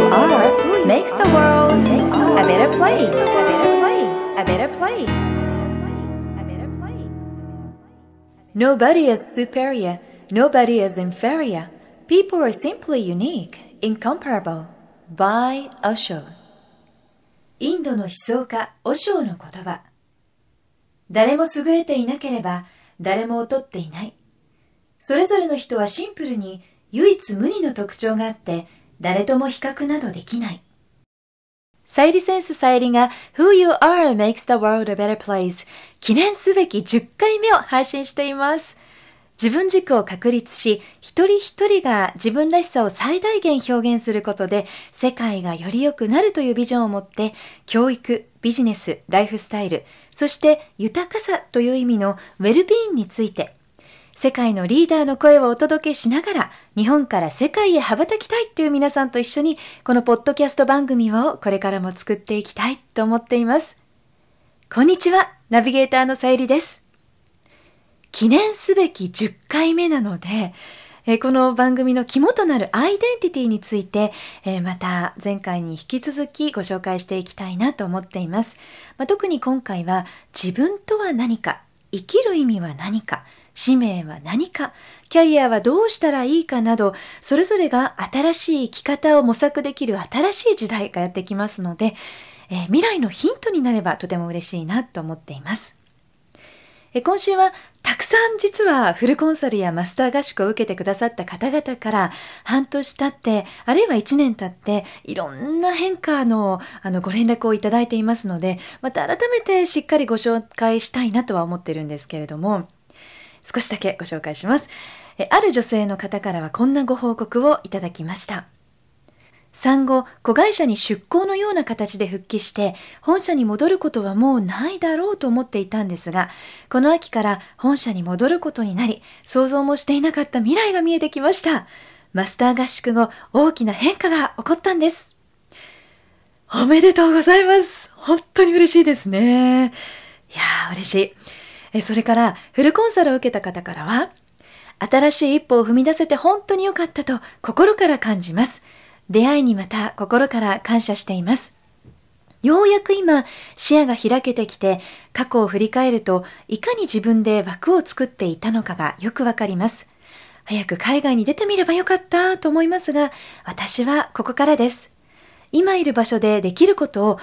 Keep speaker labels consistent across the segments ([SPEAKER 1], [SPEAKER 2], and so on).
[SPEAKER 1] are makes the world a better place. A better place. Nobody is superior. Nobody is inferior. People are simply unique, incomparable. By Osho. インドの思想家オショーの言葉。誰も優れていなければ誰も劣っていない。それぞれの人はシンプルに唯一無二の特徴があって誰とも比較などできない。さゆりセンスさゆりが Who You Are Makes the World a Better Place 記念すべき10回目を配信しています。自分軸を確立し、一人一人が自分らしさを最大限表現することで世界がより良くなるというビジョンを持って教育、ビジネス、ライフスタイル、そして豊かさという意味のウェルビーインについて世界のリーダーの声をお届けしながら日本から世界へ羽ばたきたいという皆さんと一緒にこのポッドキャスト番組をこれからも作っていきたいと思っています。こんにちは、ナビゲーターのさゆりです。記念すべき10回目なので、この番組の肝となるアイデンティティについて、また前回に引き続きご紹介していきたいなと思っています。特に今回は自分とは何か、生きる意味は何か、使命は何か、キャリアはどうしたらいいかなど、それぞれが新しい生き方を模索できる新しい時代がやってきますので、未来のヒントになればとても嬉しいなと思っています。今週はたくさん実はフルコンサルやマスター合宿を受けてくださった方々から半年経ってあるいは1年経っていろんな変化のご連絡をいただいていますので、また改めてしっかりご紹介したいなとは思っているんですけれども、少しだけご紹介します。ある女性の方からはこんなご報告をいただきました。産後、子会社に出向のような形で復帰して、本社に戻ることはもうないだろうと思っていたんですが、この秋から本社に戻ることになり、想像もしていなかった未来が見えてきました。マスター合宿後、大きな変化が起こったんです。おめでとうございます。本当に嬉しいですね。いやー、嬉しい。それから、フルコンサルを受けた方からは、新しい一歩を踏み出せて本当に良かったと心から感じます。出会いにまた心から感謝しています。ようやく今視野が開けてきて過去を振り返るといかに自分で枠を作っていたのかがよくわかります。早く海外に出てみればよかったと思いますが、私はここからです。今いる場所でできることを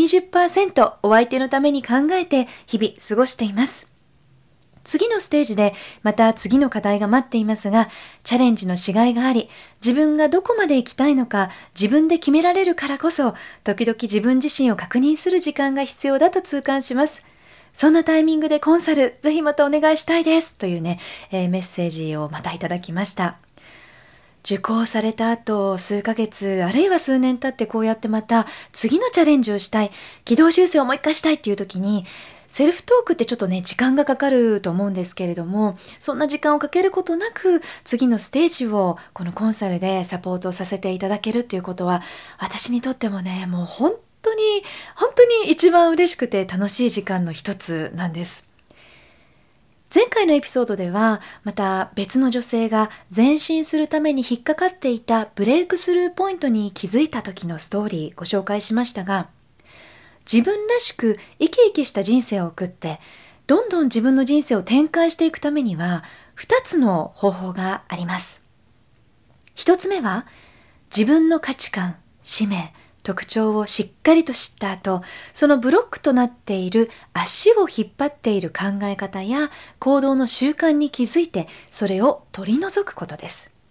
[SPEAKER 1] 120% お相手のために考えて日々過ごしています。次のステージでまた次の課題が待っていますが、チャレンジのしがいがあり、自分がどこまで行きたいのか自分で決められるからこそ、時々自分自身を確認する時間が必要だと痛感します。そんなタイミングでコンサル、ぜひまたお願いしたいですというね、メッセージをまたいただきました。受講された後、数ヶ月、あるいは数年経ってこうやってまた次のチャレンジをしたい、軌道修正をもう一回したいっていう時に、セルフトークってちょっとね、時間がかかると思うんですけれども、そんな時間をかけることなく、次のステージをこのコンサルでサポートさせていただけるっていうことは、私にとってもね、もう本当に一番嬉しくて楽しい時間の一つなんです。前回のエピソードでは、また別の女性が前進するために引っかかっていたブレイクスルーポイントに気づいた時のストーリーご紹介しましたが、自分らしく生き生きした人生を送って、どんどん自分の人生を展開していくためには、2つの方法があります。1つ目は、自分の価値観、使命、特徴をしっかりと知った後、そのブロックとなっている足を引っ張っている考え方や行動の習慣に気づいて、それを取り除くことです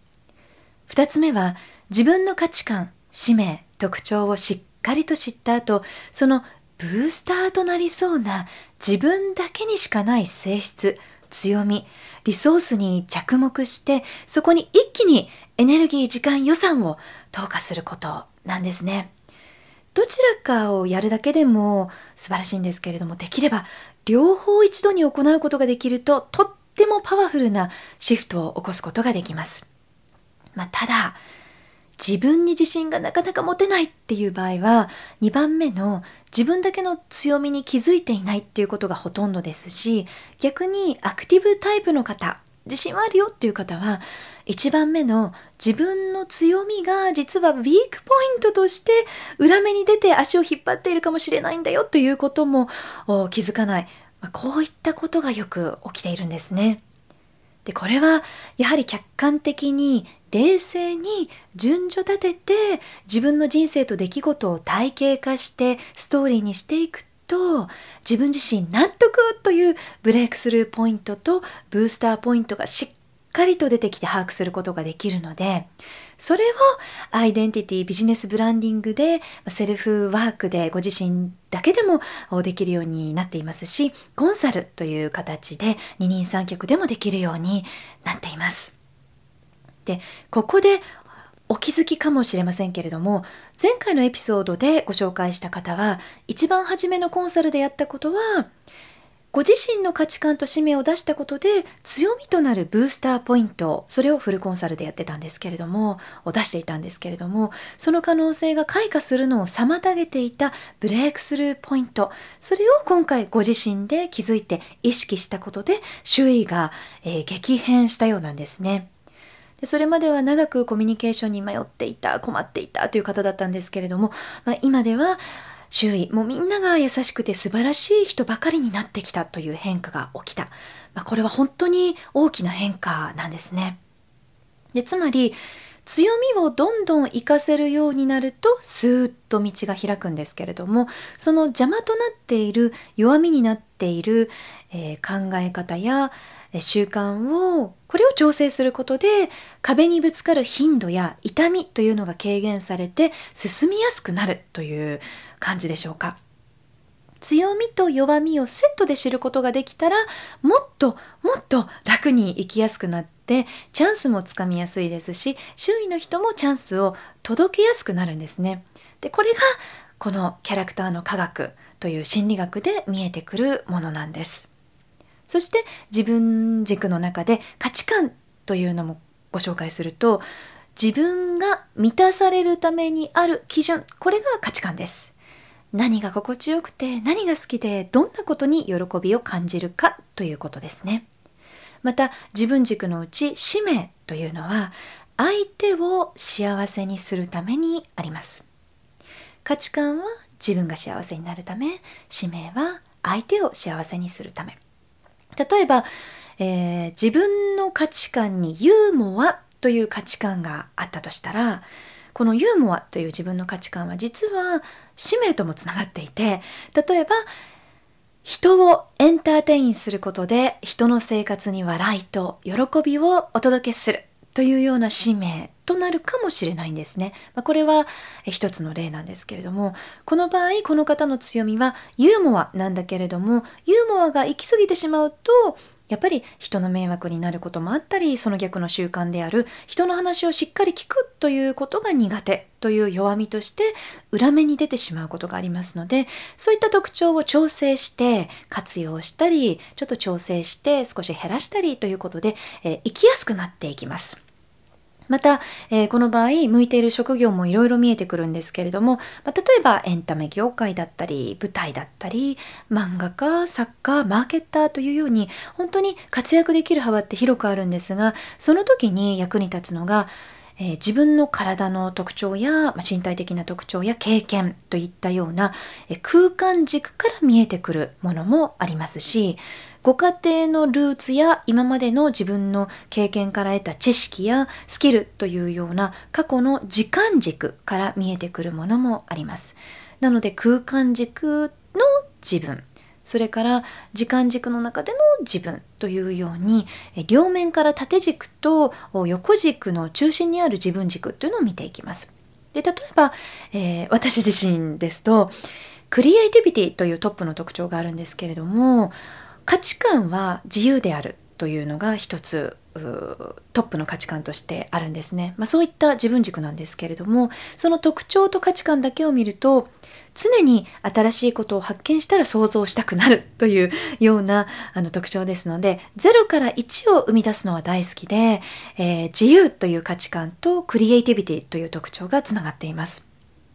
[SPEAKER 1] 。2つ目は、自分の価値観、使命、特徴をしっかりと知った後、そのブースターとなりそうな自分だけにしかない性質、強み、リソースに着目して、そこに一気にエネルギー、時間、予算を投下することなんですね。どちらかをやるだけでも素晴らしいんですけれども、できれば両方一度に行うことができると、とってもパワフルなシフトを起こすことができます。ただ、自分に自信がなかなか持てないっていう場合は、2番目の自分だけの強みに気づいていないっていうことがほとんどですし、逆にアクティブタイプの方、 自信はあるよっていう方は、1番目の自分の強みが実はウィークポイントとして裏目に出て足を引っ張っているかもしれないんだよということも気づかない。こういったことがよく起きているんですね。で、これはやはり客観的に冷静に順序立てて自分の人生と出来事を体系化してストーリーにしていくと、自分自身納得というブレイクスルーポイントとブースターポイントがしっかりと出てきて把握することができるので、それをアイデンティティ、ビジネスブランディングでセルフワークでご自身だけでもできるようになっていますし、コンサルという形で二人三脚でもできるようになっています。で、ここでお気づきかもしれませんけれども、前回のエピソードでご紹介した方は、一番初めのコンサルでやったことは、ご自身の価値観と使命を出したことで強みとなるブースターポイント、それをフルコンサルでやってたんですけれども、出していたんですけれども、その可能性が開花するのを妨げていたブレイクスルーポイント、それを今回ご自身で気づいて意識したことで周囲が、激変したようなんですね。で、それまでは長くコミュニケーションに迷っていた、困っていたという方だったんですけれども、今では周囲、もうみんなが優しくて素晴らしい人ばかりになってきたという変化が起きた。これは本当に大きな変化なんですね。で、つまり強みをどんどん活かせるようになるとスーッと道が開くんですけれども、その邪魔となっている、弱みになっている、考え方や習慣を、これを調整することで壁にぶつかる頻度や痛みというのが軽減されて進みやすくなるという感じでしょうか。強みと弱みをセットで知ることができたら、もっともっと楽に生きやすくなってチャンスもつかみやすいですし、周囲の人もチャンスを届けやすくなるんですね。で、これがこのキャラクターの科学という心理学で見えてくるものなんです。そして自分軸の中で価値観というのもご紹介すると、自分が満たされるためにある基準、これが価値観です。何が心地よくて、何が好きで、どんなことに喜びを感じるかということですね。また自分軸のうち使命というのは、相手を幸せにするためにあります。価値観は自分が幸せになるため、使命は相手を幸せにするため。例えば、自分の価値観にユーモアという価値観があったとしたら、このユーモアという自分の価値観は実は使命ともつながっていて、例えば人をエンターテインすることで人の生活に笑いと喜びをお届けするというような使命となるかもしれないんですね。これは一つの例なんですけれども、この場合この方の強みはユーモアなんだけれども、ユーモアが行き過ぎてしまうとやっぱり人の迷惑になることもあったり、その逆の習慣である人の話をしっかり聞くということが苦手という弱みとして裏目に出てしまうことがありますので、そういった特徴を調整して活用したり、ちょっと調整して少し減らしたりということで、生きやすくなっていきます。また、この場合向いている職業もいろいろ見えてくるんですけれども、例えばエンタメ業界だったり舞台だったり漫画家、作家、マーケッターというように本当に活躍できる幅って広くあるんですが、その時に役に立つのが、自分の体の特徴や身体的な特徴や経験といったような空間軸から見えてくるものもありますし、ご家庭のルーツや今までの自分の経験から得た知識やスキルというような過去の時間軸から見えてくるものもあります。なので空間軸の自分、それから時間軸の中での自分というように両面から縦軸と横軸の中心にある自分軸というのを見ていきます。で、例えば、私自身ですとクリエイティビティというトップの特徴があるんですけれども、価値観は自由であるというのが一つトップの価値観としてあるんですね。そういった自分軸なんですけれども、その特徴と価値観だけを見ると常に新しいことを発見したら想像したくなるというような特徴ですので、0から1を生み出すのは大好きで、自由という価値観とクリエイティビティという特徴がつながっています。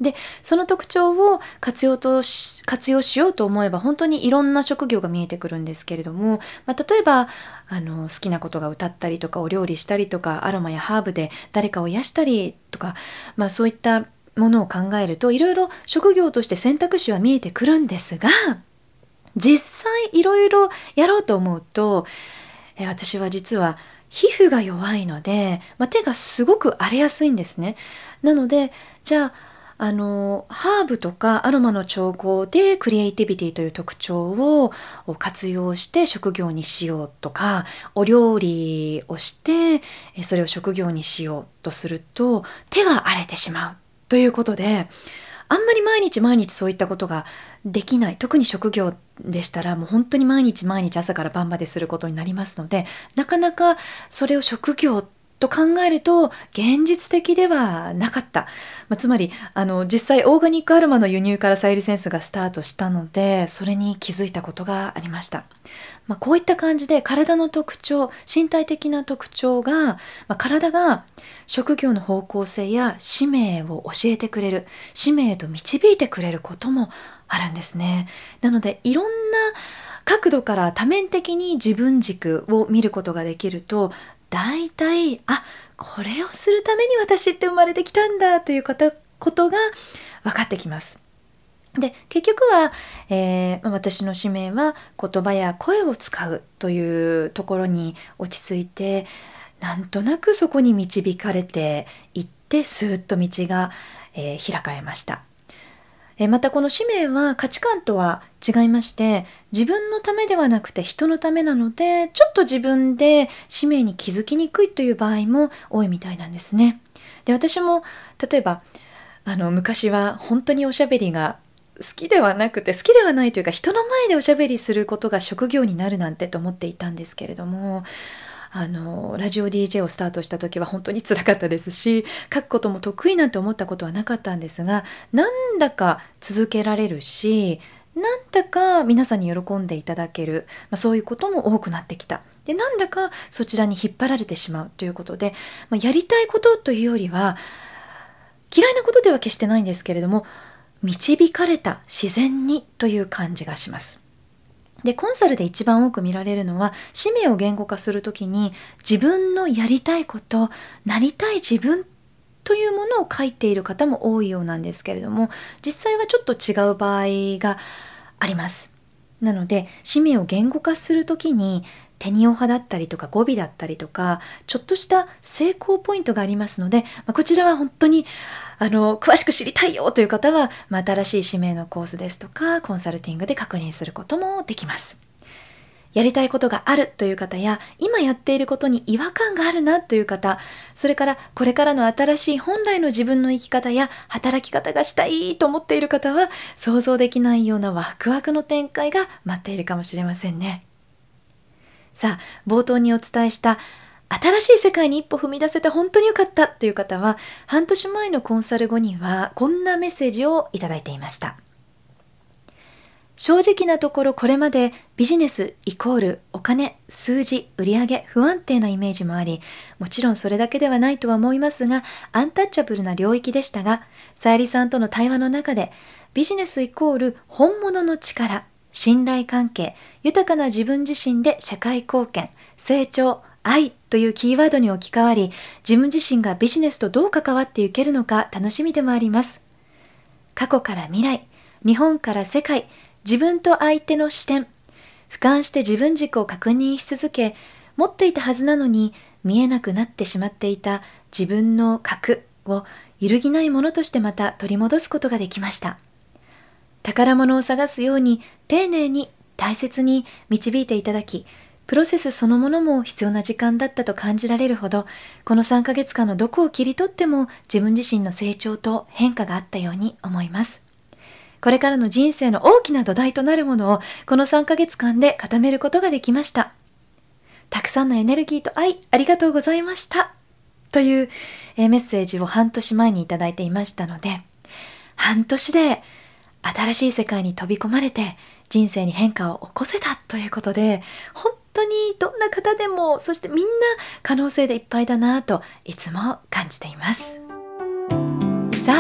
[SPEAKER 1] で、その特徴を活用しようと思えば本当にいろんな職業が見えてくるんですけれども、例えば好きなことが歌ったりとかお料理したりとかアロマやハーブで誰かを癒したりとか、そういったものを考えるといろいろ職業として選択肢は見えてくるんですが、実際いろいろやろうと思うと、私は実は皮膚が弱いので、手がすごく荒れやすいんですね。なので、じゃあハーブとかアロマの調合でクリエイティビティという特徴を活用して職業にしようとか、お料理をしてそれを職業にしようとすると手が荒れてしまうということで、あんまり毎日そういったことができない。特に職業でしたらもう本当に毎日朝から晩まですることになりますので、なかなかそれを職業と考えると現実的ではなかった。つまり実際オーガニックアロマの輸入からさゆりセンスがスタートしたので、それに気づいたことがありました。こういった感じで体の特徴、身体的な特徴が、体が職業の方向性や使命を教えてくれる、使命へと導いてくれることもあるんですね。なのでいろんな角度から多面的に自分軸を見ることができると、大体これをするために私って生まれてきたんだということが分かってきます。で、結局は、私の使命は言葉や声を使うというところに落ち着いて、なんとなくそこに導かれていってスーッと道が、開かれました。またこの使命は価値観とは違いまして、自分のためではなくて人のためなので、ちょっと自分で使命に気づきにくいという場合も多いみたいなんですね。で、私も例えば昔は本当におしゃべりが好きではないというか、人の前でおしゃべりすることが職業になるなんてと思っていたんですけれども、ラジオ DJ をスタートした時は本当に辛かったですし、書くことも得意なんて思ったことはなかったんですが、なんだか続けられるし、なんだか皆さんに喜んでいただける、そういうことも多くなってきた。で、なんだかそちらに引っ張られてしまうということで、やりたいことというよりは嫌いなことでは決してないんですけれども、導かれた、自然にという感じがします。で、コンサルで一番多く見られるのは、使命を言語化するときに自分のやりたいこと、なりたい自分というものを書いている方も多いようなんですけれども、実際はちょっと違う場合があります。なので、使命を言語化するときにテニオ派だったりとか語尾だったりとか、ちょっとした成功ポイントがありますので、こちらは本当に詳しく知りたいよという方は、新しい使命のコースですとかコンサルティングで確認することもできます。やりたいことがあるという方や、今やっていることに違和感があるなという方、それからこれからの新しい本来の自分の生き方や働き方がしたいと思っている方は、想像できないようなワクワクの展開が待っているかもしれませんね。さあ、冒頭にお伝えした新しい世界に一歩踏み出せて本当に良かったという方は、半年前のコンサル後にはこんなメッセージをいただいていました。正直なところ、これまでビジネスイコールお金、数字、売上、不安定なイメージもあり、もちろんそれだけではないとは思いますが、アンタッチャブルな領域でしたが、さゆりさんとの対話の中で、ビジネスイコール本物の力、信頼関係、豊かな自分自身で社会貢献、成長、愛というキーワードに置き換わり、自分自身がビジネスとどう関わっていけるのか楽しみでもあります。過去から未来、日本から世界、自分と相手の視点、俯瞰して自分軸を確認し続け、持っていたはずなのに見えなくなってしまっていた自分の核を揺るぎないものとしてまた取り戻すことができました。宝物を探すように丁寧に大切に導いていただき、プロセスそのものも必要な時間だったと感じられるほど、この3ヶ月間のどこを切り取っても自分自身の成長と変化があったように思います。これからの人生の大きな土台となるものをこの3ヶ月間で固めることができました。たくさんのエネルギーと愛ありがとうございましたというメッセージを半年前にいただいていましたので、半年で新しい世界に飛び込まれて人生に変化を起こせたということで、本当にどんな方でも、そしてみんな可能性でいっぱいだなといつも感じています。さあ、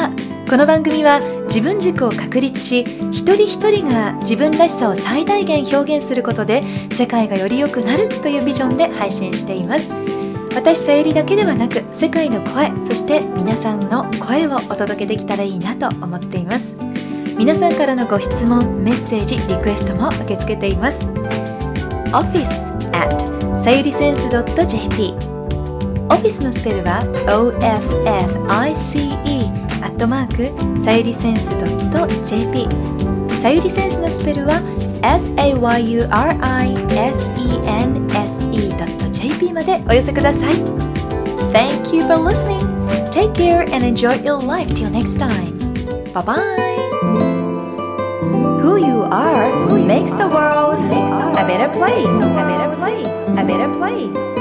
[SPEAKER 1] この番組は自分軸を確立し、一人一人が自分らしさを最大限表現することで世界がより良くなるというビジョンで配信しています。私さゆりだけではなく、世界の声、そして皆さんの声をお届けできたらいいなと思っています。皆さんからのご質問、メッセージ、リクエストも受け付けています。office@sayurisense.jp オフィスのスペルは office@sayurisense.jp さゆりセンスのスペルは sayurisense.jp までお寄せください。 Thank you for listening. Take care and enjoy your life till next time. Bye bye. Who you are makes the world a better place. A better place. A better place.